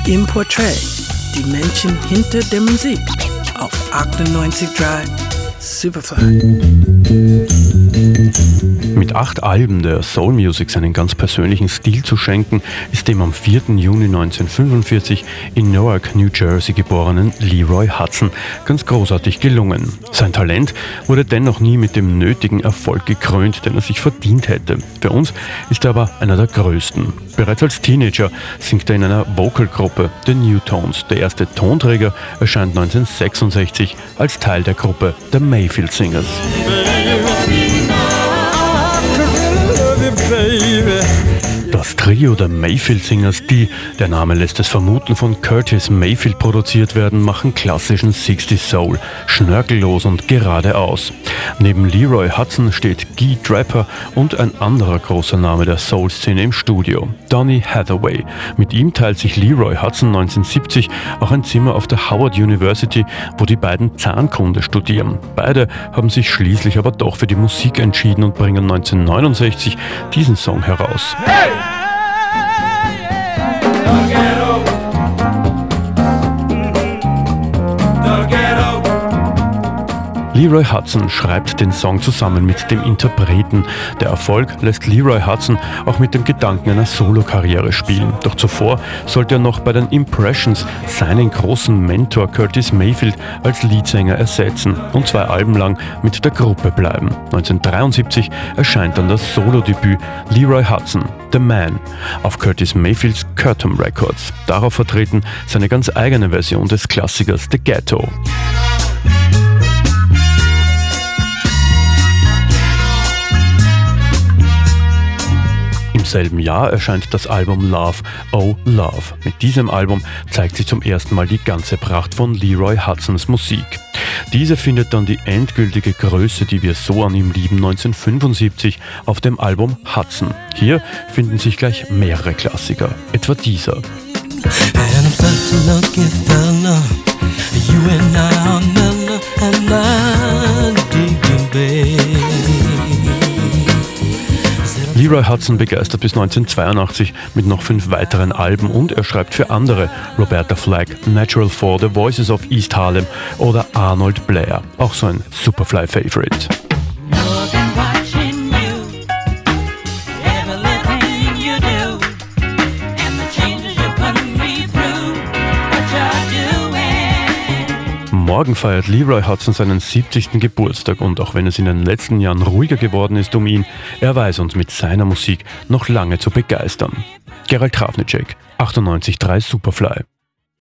Im Portrait, die Menschen hinter der Musik auf 98.3 Superfly. Mit 8 Alben der Soul Music seinen ganz persönlichen Stil zu schenken, ist dem am 4. Juni 1945 in Newark, New Jersey geborenen Leroy Hudson ganz großartig gelungen. Sein Talent wurde dennoch nie mit dem nötigen Erfolg gekrönt, den er sich verdient hätte. Für uns ist er aber einer der größten. Bereits als Teenager singt er in einer Vocalgruppe, The Newtones. Der erste Tonträger erscheint 1966 als Teil der Gruppe The Mayfield Singers. Das Trio der Mayfield Singers, die, der Name lässt es vermuten, von Curtis Mayfield produziert werden, machen klassischen 60s Soul, schnörkellos und geradeaus. Neben Leroy Hudson steht Guy Draper und ein anderer großer Name der Soul-Szene im Studio, Donny Hathaway. Mit ihm teilt sich Leroy Hudson 1970 auch ein Zimmer auf der Howard University, wo die beiden Zahnkunde studieren. Beide haben sich schließlich aber doch für die Musik entschieden und bringen 1969 diesen Song heraus. Hey! Leroy Hudson schreibt den Song zusammen mit dem Interpreten. Der Erfolg lässt Leroy Hudson auch mit dem Gedanken einer Solokarriere spielen. Doch zuvor sollte er noch bei den Impressions seinen großen Mentor Curtis Mayfield als Leadsänger ersetzen und 2 Alben lang mit der Gruppe bleiben. 1973 erscheint dann das Solodebüt Leroy Hudson, The Man, auf Curtis Mayfields Curtom Records. Darauf vertreten seine ganz eigene Version des Klassikers The Ghetto. Im selben Jahr erscheint das Album Love, Oh Love. Mit diesem Album zeigt sich zum ersten Mal die ganze Pracht von Leroy Hudsons Musik. Diese findet dann die endgültige Größe, die wir so an ihm lieben, 1975 auf dem Album Hudson. Hier finden sich gleich mehrere Klassiker, etwa dieser. Leroy Hudson begeistert bis 1982 mit noch 5 weiteren Alben und er schreibt für andere, Roberta Flack, Natural 4, The Voices of East Harlem oder Arnold Blair, auch so ein Superfly-Favorite. Morgen feiert Leroy Hudson seinen 70. Geburtstag und auch wenn es in den letzten Jahren ruhiger geworden ist um ihn, er weiß uns mit seiner Musik noch lange zu begeistern. Gerald Trafnicek, 98.3 Superfly.